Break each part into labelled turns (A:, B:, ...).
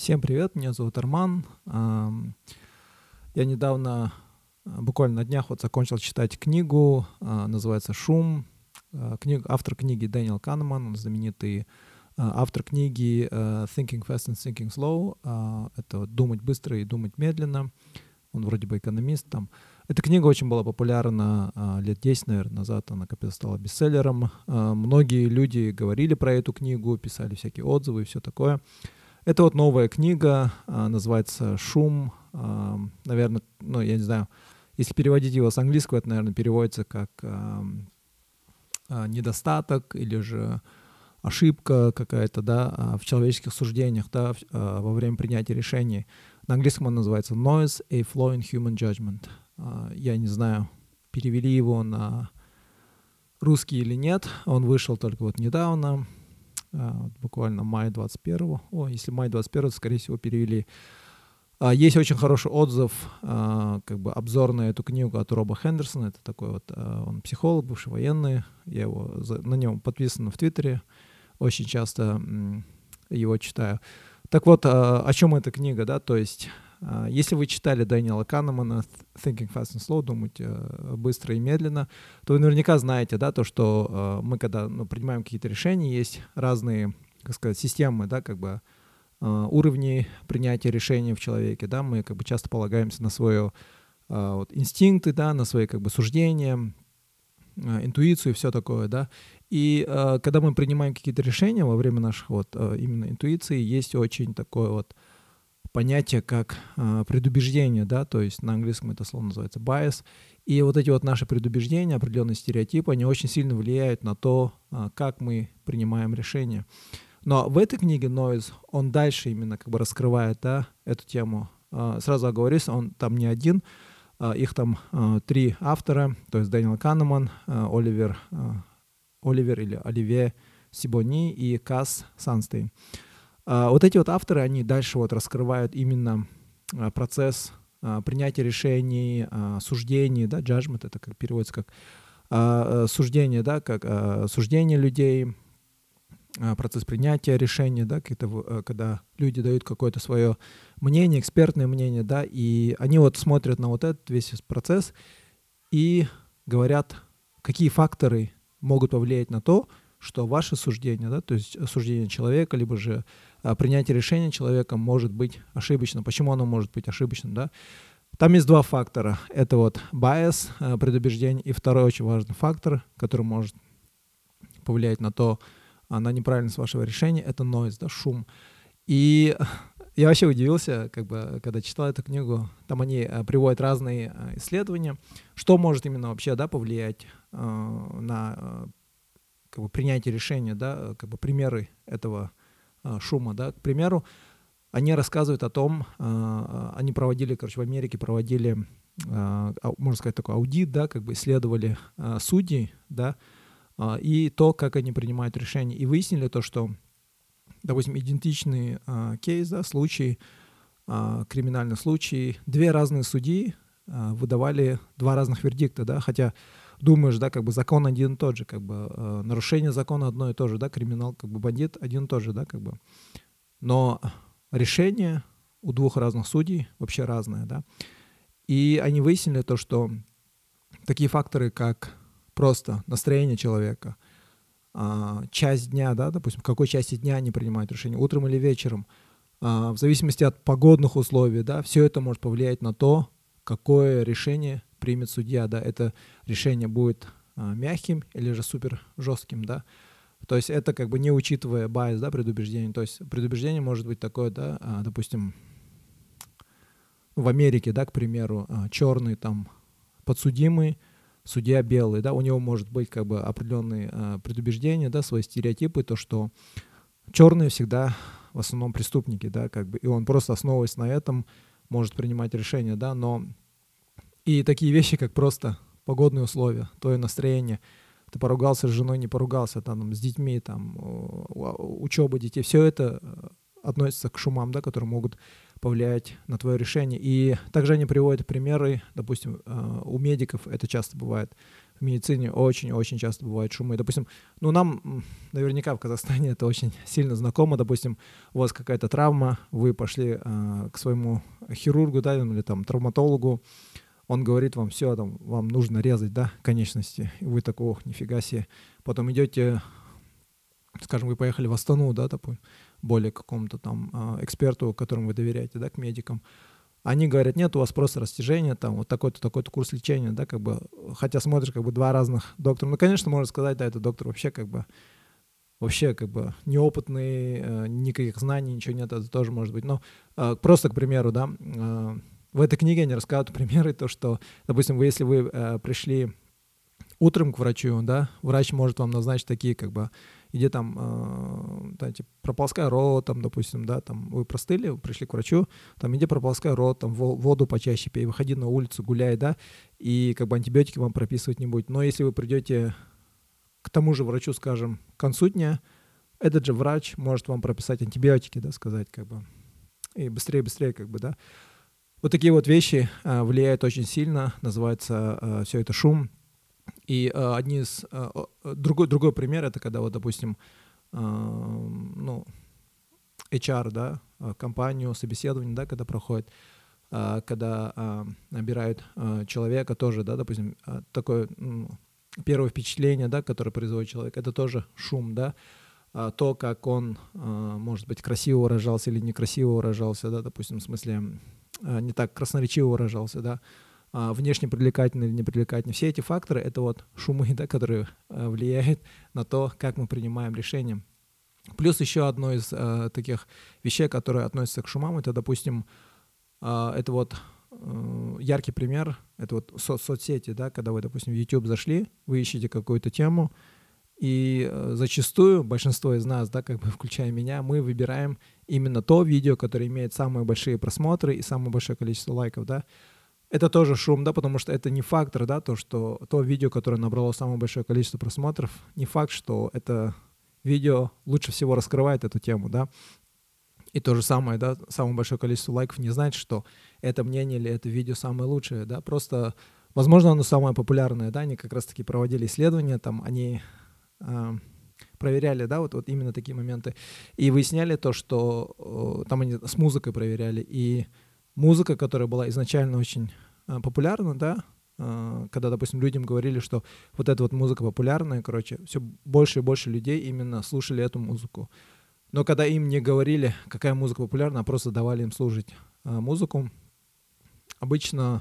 A: Всем привет, меня зовут Арман. Я недавно, буквально на днях, закончил читать книгу, называется «Шум». Автор книги Дэниел Канеман, он знаменитый автор книги «Thinking Fast and Thinking Slow». Это «Думать быстро и думать медленно». Он вроде бы экономист там. Эта книга очень была популярна лет 10, наверное, назад. Она как-то стала бестселлером. Многие люди говорили про эту книгу, писали всякие отзывы и все такое. Это новая книга, называется «Шум». Наверное, я не знаю, если переводить его с английского, это, наверное, переводится как недостаток или же ошибка какая-то, да, в человеческих суждениях, да, во время принятия решений. На английском он называется «Noise, a flaw in human judgment». Я не знаю, перевели его на русский или нет. Он вышел только недавно. Буквально мая 21-го. Если май 21-го, скорее всего, перевели. Есть очень хороший отзыв, обзор на эту книгу от Роба Хендерсона. Это такой он психолог, бывший военный. Я на него подписан в Твиттере. Очень часто его читаю. Так вот, о чем эта книга, да? То есть, если вы читали Дэниела Канемана «Thinking Fast and Slow», думать быстро и медленно, то вы наверняка знаете, да, то, что мы, когда принимаем какие-то решения, есть разные, системы, да, уровни принятия решений в человеке, да, мы часто полагаемся на свои инстинкты, да, на свои суждения, интуицию и все такое, да. И когда мы принимаем какие-то решения во время наших именно интуиции, есть очень такое понятие, как предубеждение, да, то есть на английском это слово называется bias. И эти наши предубеждения, определенные стереотипы, они очень сильно влияют на то, как мы принимаем решения. Но в этой книге Noise он дальше именно раскрывает, да, эту тему. Сразу оговорюсь, он там не один, их там 3 автора, то есть Дэниел Канеман, Оливер или Оливье Сибони и Касс Санстейн. Эти авторы, они дальше раскрывают именно процесс принятия решений, суждений, да, judgment, это переводится как суждение, да, как суждение людей, процесс принятия решений, да, когда люди дают какое-то свое мнение, экспертное мнение, да, и они смотрят на этот весь процесс и говорят, какие факторы могут повлиять на то, что ваше суждение, да, то есть суждение человека, либо же принятие решения человека может быть ошибочным. Почему оно может быть ошибочным, да? Там есть 2 фактора. Это bias, предубеждение, и второй очень важный фактор, который может повлиять на на неправильность вашего решения, это noise, да, шум. И я вообще удивился, когда читал эту книгу. Там они приводят разные исследования, что может именно вообще, да, повлиять на принятие решения, да, примеры этого шума, да. К примеру, они рассказывают о том, они проводили, в Америке проводили, можно сказать, такой аудит, да, исследовали судей, да, и то, как они принимают решения. И выяснили то, что, допустим, идентичный кейс, да, случай, криминальный случай, 2 разные судьи выдавали 2 разных вердикта, да, хотя думаешь, да, закон один и тот же, нарушение закона одно и то же, да, криминал, бандит один и тот же, да, но решение у 2 разных судей вообще разное, да. И они выяснили то, что такие факторы, как просто настроение человека, часть дня, да, допустим, в какой части дня они принимают решение, утром или вечером, в зависимости от погодных условий, да, все это может повлиять на то, какое решение примет судья, да, это решение будет мягким или же супер жестким, да. То есть это не учитывая bias, да, предубеждение. То есть предубеждение может быть такое, да, допустим, в Америке, да, к примеру, черный там подсудимый, судья белый, да, у него может быть определенные предубеждения, да, свои стереотипы, то, что черные всегда в основном преступники, да, и он просто, основываясь на этом, может принимать решения, да, но и такие вещи, как просто погодные условия, твое настроение, ты поругался с женой, не поругался, там, с детьми, там, учеба детей, все это относится к шумам, да, которые могут повлиять на твое решение. И также они приводят примеры, допустим, у медиков это часто бывает. в медицине очень-очень часто бывают шумы. Допустим, ну нам наверняка в Казахстане это очень сильно знакомо. Допустим, у вас какая-то травма, вы пошли к своему хирургу, да, или там травматологу, он говорит вам, все, там, вам нужно резать, да, конечности. И вы такой, ох, нифига себе. Потом идете, скажем, вы поехали в Астану, да, такой, более какому-то там эксперту, которому вы доверяете, да, к медикам. Они говорят, нет, у вас просто растяжение, там, вот такой-то, такой-то курс лечения, да, как бы, хотя смотришь, как бы, два разных доктора. Ну, конечно, можно сказать, да, этот доктор вообще, как бы, неопытный, никаких знаний, ничего нет, это тоже может быть. Но просто, к примеру, да, в этой книге они рассказывают примеры, то, что, допустим, если вы пришли утром к врачу, да, врач может вам назначить такие, как бы, иди там, знаете, прополоскай рот, там, допустим, да, там, вы простыли, вы пришли к врачу, там, иди прополоскай рот, там, воду почаще пей, выходи на улицу, гуляй, да, и, как бы, антибиотики вам прописывать не будет. Но если вы придете к тому же врачу, скажем, к концу дня, этот же врач может вам прописать антибиотики, да, сказать, как бы, и быстрее, как бы, да. Вот такие вот вещи влияют очень сильно, называется все это шум. И другой пример, это когда вот, допустим, ну, HR, да, компанию, собеседование, да, когда проходит, когда набирают человека тоже, да, допустим, такое первое впечатление, да, которое производит человек, это тоже шум, да, то, как он, может быть, красиво выражался или некрасиво выражался, да, допустим, в смысле, не так красноречиво выражался, да, внешне привлекательный или непривлекательный. Все эти факторы — это вот шумы, да, которые влияют на то, как мы принимаем решения. Плюс еще одно из таких вещей, которые относятся к шумам, это, допустим, это вот яркий пример, это вот соцсети, да, когда вы, допустим, в YouTube зашли, вы ищете какую-то тему, и зачастую большинство из нас, да, как бы включая меня, мы выбираем именно то видео, которое имеет самые большие просмотры и самое большое количество лайков, да. Это тоже шум, да, потому что это не фактор, да, то видео, которое набрало самое большое количество просмотров, не факт, что это видео лучше всего раскрывает эту тему, да. И то же самое, да, самое большое количество лайков не значит, что это мнение или это видео самое лучшее, да, просто, возможно, оно самое популярное, да, они как раз-таки проводили исследования, там, они проверяли, да, вот именно такие моменты, и выясняли то, что там они с музыкой проверяли, и музыка, которая была изначально очень популярна, да, когда, допустим, людям говорили, что вот эта вот музыка популярная, короче, все больше и больше людей именно слушали эту музыку. Но когда им не говорили, какая музыка популярна, а просто давали им слушать музыку, обычно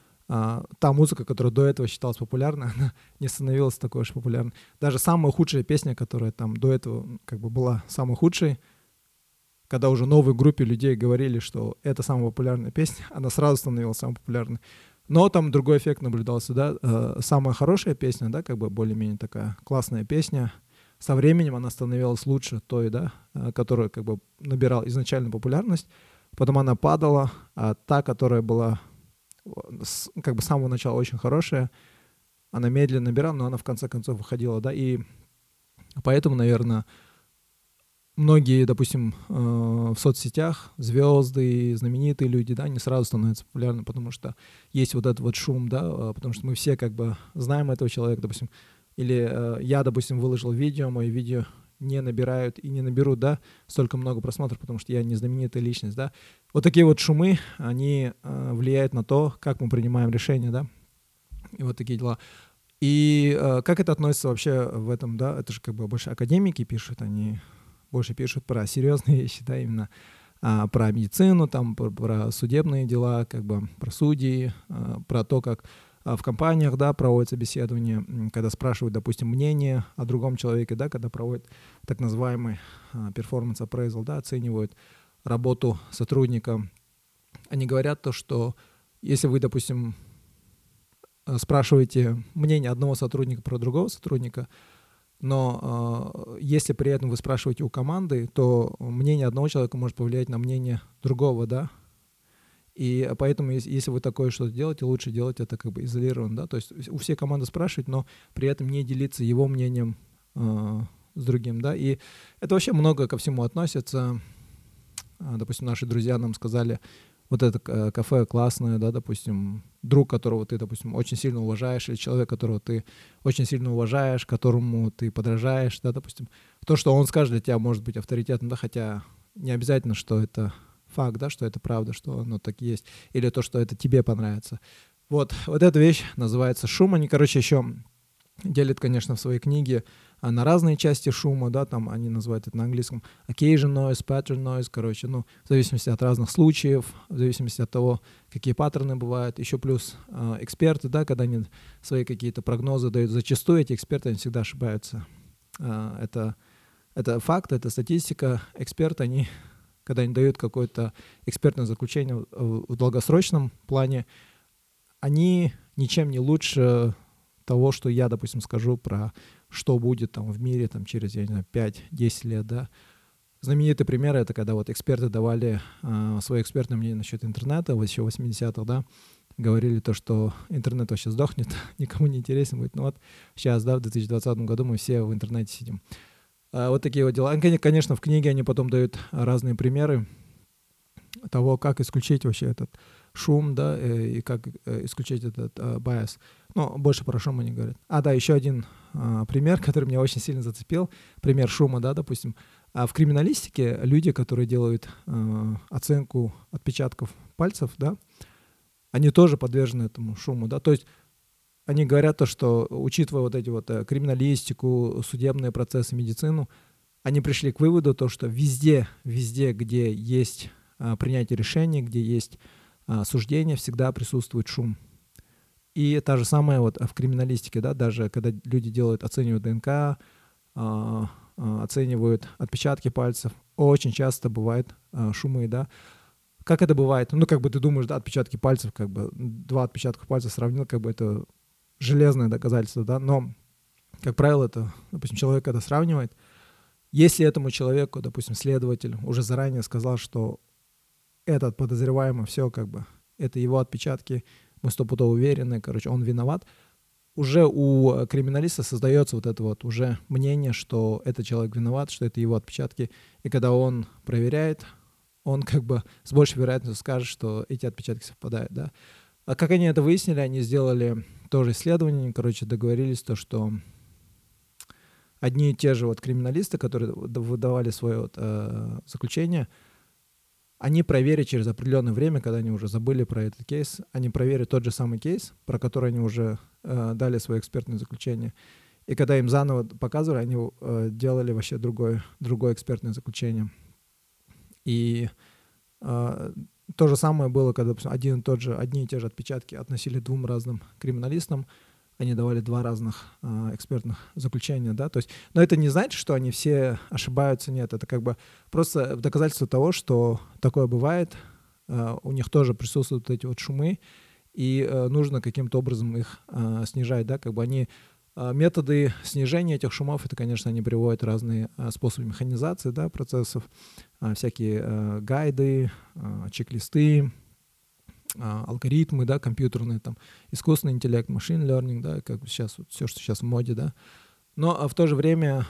A: та музыка, которая до этого считалась популярной, она не становилась такой уж популярной. Даже самая худшая песня, которая там до этого как бы была самой худшей, когда уже новой группе людей говорили, что это самая популярная песня, она сразу становилась самой популярной. Но там другой эффект наблюдался, да. Самая хорошая песня, да, как бы более-менее такая классная песня, со временем она становилась лучше той, да, которая как бы набирала изначально популярность, потом она падала, а та, которая была как бы с самого начала очень хорошая, она медленно набирала, но она в конце концов выходила, да, и поэтому, наверное, многие, допустим, в соцсетях звезды, знаменитые люди, да, не сразу становятся популярны, потому что есть вот этот вот шум, да, потому что мы все как бы знаем этого человека, допустим, или я, допустим, выложил видео, мои видео не набирают и не наберут, да, столько много просмотров, потому что я не знаменитая личность, да. Вот такие вот шумы, они влияют на то, как мы принимаем решения, да, и вот такие дела. И как это относится вообще в этом, да, это же как бы больше академики пишут, они больше пишут про серьезные вещи, да, именно про медицину, там, про судебные дела, как бы про судьи, про то, как в компаниях, да, проводят собеседования, когда спрашивают, допустим, мнение о другом человеке, да, когда проводят так называемый performance appraisal, да, оценивают работу сотрудника. Они говорят то, что если вы, допустим, спрашиваете мнение одного сотрудника про другого сотрудника, но если при этом вы спрашиваете у команды, то мнение одного человека может повлиять на мнение другого, да. И поэтому, если вы такое что-то делаете, лучше делать это как бы изолированно, да. То есть у всей команды спрашивать, но при этом не делиться его мнением с другим, да. И это вообще много ко всему относится. Допустим, наши друзья нам сказали, вот это кафе классное, да, допустим, друг, которого ты, допустим, очень сильно уважаешь, или человек, которого ты очень сильно уважаешь, которому ты подражаешь, да, допустим, то, что он скажет, для тебя может быть авторитетом, да, хотя не обязательно, что это факт, да, что это правда, что оно так есть, или то, что это тебе понравится. Вот эта вещь называется шум. Они, короче, еще делят, конечно, в своей книге на разные части шума, да, там они называют это на английском occasion noise, pattern noise, короче, ну, в зависимости от разных случаев, в зависимости от того, какие паттерны бывают, еще плюс эксперты, да, когда они свои какие-то прогнозы дают, зачастую эти эксперты, они всегда ошибаются. Это факт, это статистика. Эксперты, они, когда они дают какое-то экспертное заключение в долгосрочном плане, они ничем не лучше того, что я, допустим, скажу про что будет там в мире там, через, я не знаю, 5-10 лет, да. Знаменитый пример — это когда вот эксперты давали свое экспертное мнение насчет интернета, вот еще в 80-х, да, говорили то, что интернет вообще сдохнет, никому не интересен будет. Ну вот сейчас, да, в 2020 году мы все в интернете сидим. Вот такие вот дела. Конечно, в книге они потом дают разные примеры того, как исключить вообще этот шум, да, и как исключить этот bias. Ну, больше про шум они говорят. Да, еще один пример, который меня очень сильно зацепил, пример шума, да, допустим. В криминалистике люди, которые делают оценку отпечатков пальцев, да, они тоже подвержены этому шуму, да, то есть они говорят то, что, учитывая вот эти вот криминалистику, судебные процессы, медицину, они пришли к выводу то, что везде, где есть принятие решений, где есть суждение, всегда присутствует шум. И та же самая вот в криминалистике, да, даже когда люди оценивают ДНК, оценивают отпечатки пальцев, очень часто бывают шумы, да. Как это бывает? Ну, как бы ты думаешь, да, отпечатки пальцев, как бы два отпечатка пальцев сравнил, как бы это железное доказательство, да, но, как правило, это, допустим, человек это сравнивает. Если этому человеку, допустим, следователь уже заранее сказал, что этот подозреваемый, все, как бы, это его отпечатки, мы стопудово уверены, короче, он виноват, уже у криминалиста создается вот это вот уже мнение, что этот человек виноват, что это его отпечатки, и когда он проверяет, он как бы с большей вероятностью скажет, что эти отпечатки совпадают, да. А как они это выяснили, они сделали тоже исследование, короче, договорились то, что одни и те же вот криминалисты, которые выдавали свое вот, заключение, они проверят через определенное время, когда они уже забыли про этот кейс, они проверят тот же самый кейс, про который они уже дали свое экспертное заключение. И когда им заново показывали, они делали вообще другое экспертное заключение. И то же самое было, когда, допустим, одни и те же отпечатки относили к двум разным криминалистам, они давали два разных экспертных заключения, да, то есть, но это не значит, что они все ошибаются, нет, это как бы просто доказательство того, что такое бывает, у них тоже присутствуют эти вот шумы, и нужно каким-то образом их снижать, да, как бы они методы снижения этих шумов, это, конечно, они приводят разные способы механизации, да, процессов, всякие гайды, чек-листы, алгоритмы, да, компьютерные, там, искусственный интеллект, machine learning, да, как сейчас, вот, все, что сейчас в моде, да. Но в то же время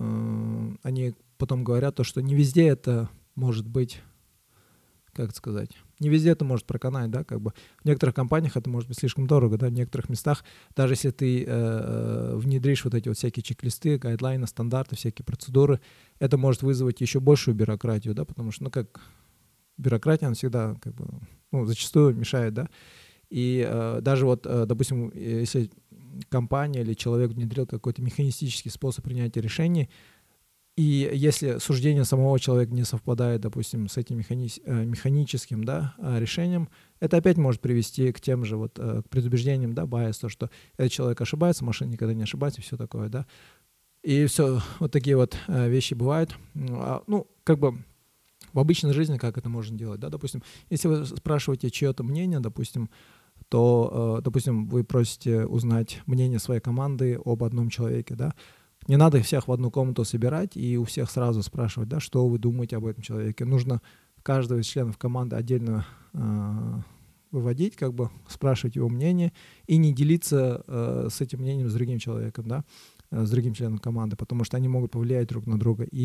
A: они потом говорят то, что не везде это может быть, как это сказать, не везде это может проканать, да, как бы в некоторых компаниях это может быть слишком дорого, да, в некоторых местах, даже если ты внедришь вот эти вот всякие чек-листы, гайдлайны, стандарты, всякие процедуры, это может вызвать еще большую бюрократию, да, потому что, ну, как бюрократия, она всегда, как бы, ну, зачастую мешает, да, и даже вот, допустим, если компания или человек внедрил какой-то механистический способ принятия решений, и если суждение самого человека не совпадает, допустим, с этим механическим, да, решением, это опять может привести к тем же вот к предубеждениям, да, bias, то, что этот человек ошибается, машина никогда не ошибается, и все такое, да. И все, вот такие вот вещи бывают. Ну, как бы в обычной жизни как это можно делать, да, допустим, если вы спрашиваете чье-то мнение, допустим, то, допустим, вы просите узнать мнение своей команды об одном человеке, да, не надо всех в одну комнату собирать и у всех сразу спрашивать, да, что вы думаете об этом человеке. Нужно каждого из членов команды отдельно выводить, как бы спрашивать его мнение и не делиться с этим мнением с другим человеком, да, с другим членом команды, потому что они могут повлиять друг на друга. И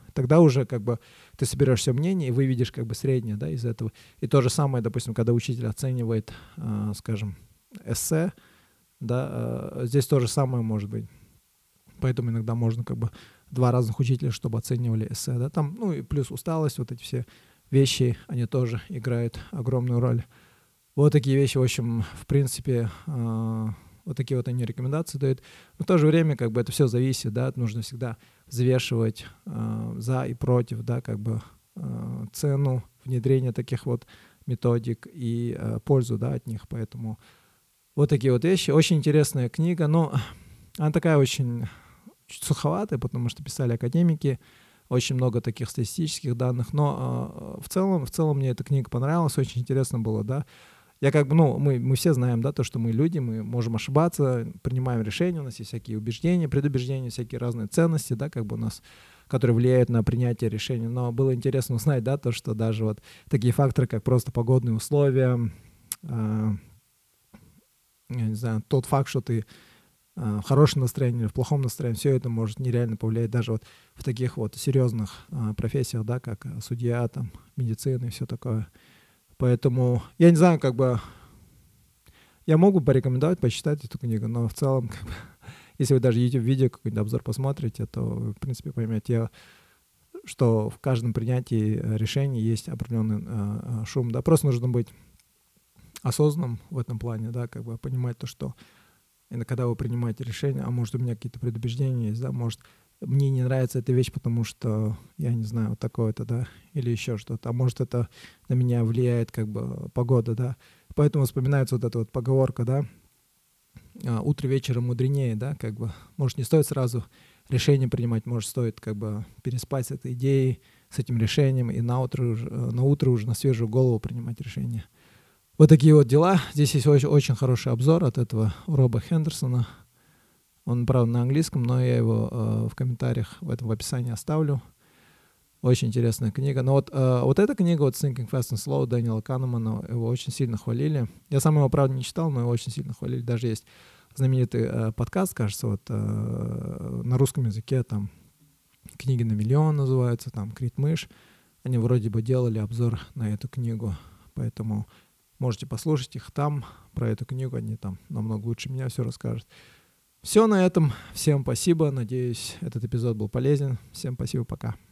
A: Тогда уже как бы ты соберешь все мнение и выведешь как бы среднее, да, из этого. И то же самое, допустим, когда учитель оценивает, скажем, эссе, да, здесь то же самое может быть. Поэтому иногда можно как бы два разных учителя, чтобы оценивали эссе, да, там, ну и плюс усталость, вот эти все вещи, они тоже играют огромную роль. Вот такие вещи, в общем, в принципе, вот такие вот они рекомендации дают. Но в то же время как бы это все зависит, да, нужно всегда взвешивать за и против, да, как бы цену внедрения таких вот методик и пользу, да, от них. Поэтому вот такие вот вещи. Очень интересная книга, но она такая очень чуть суховатая, потому что писали академики, очень много таких статистических данных, но в целом мне эта книга понравилась, очень интересно было, да. Я как бы, ну, мы все знаем, да, то, что мы люди, мы можем ошибаться, принимаем решения, у нас есть всякие убеждения, предубеждения, всякие разные ценности, да, как бы у нас, которые влияют на принятие решений. Но было интересно узнать, да, то, что даже вот такие факторы, как просто погодные условия, я не знаю, тот факт, что ты в хорошем настроении или в плохом настроении, все это может нереально повлиять даже вот в таких вот серьезных профессиях, да, как судья, там, медицина и все такое. Поэтому я не знаю, как бы я могу порекомендовать почитать эту книгу, но в целом, как бы, если вы даже YouTube-видео, какой-то обзор посмотрите, то вы, в принципе, поймете, что в каждом принятии решений есть определенный шум. Да, просто нужно быть осознанным в этом плане, да, как бы понимать то, что когда вы принимаете решение, а может у меня какие-то предубеждения есть, да, может мне не нравится эта вещь, потому что, я не знаю, вот такое-то, да, или еще что-то, а может это на меня влияет как бы погода, да, поэтому вспоминается вот эта вот поговорка, да, утро вечером мудренее, да, как бы, может не стоит сразу решение принимать, может стоит как бы переспать с этой идеей, с этим решением и на утро уже на свежую голову принимать решение. Вот такие вот дела. Здесь есть очень хороший обзор от этого Роба Хендерсона. Он, правда, на английском, но я его в комментариях в описании оставлю. Очень интересная книга. Но вот эта книга, вот Thinking Fast and Slow Дэниела Канемана, его очень сильно хвалили. Я сам его, правда, не читал, но его очень сильно хвалили. Даже есть знаменитый подкаст, кажется, вот на русском языке, там «Книги на миллион» называется, там «Крит-мышь». Они вроде бы делали обзор на эту книгу, поэтому можете послушать их там, про эту книгу, они там намного лучше меня все расскажут. Все на этом. Всем спасибо. Надеюсь, этот эпизод был полезен. Всем спасибо. Пока.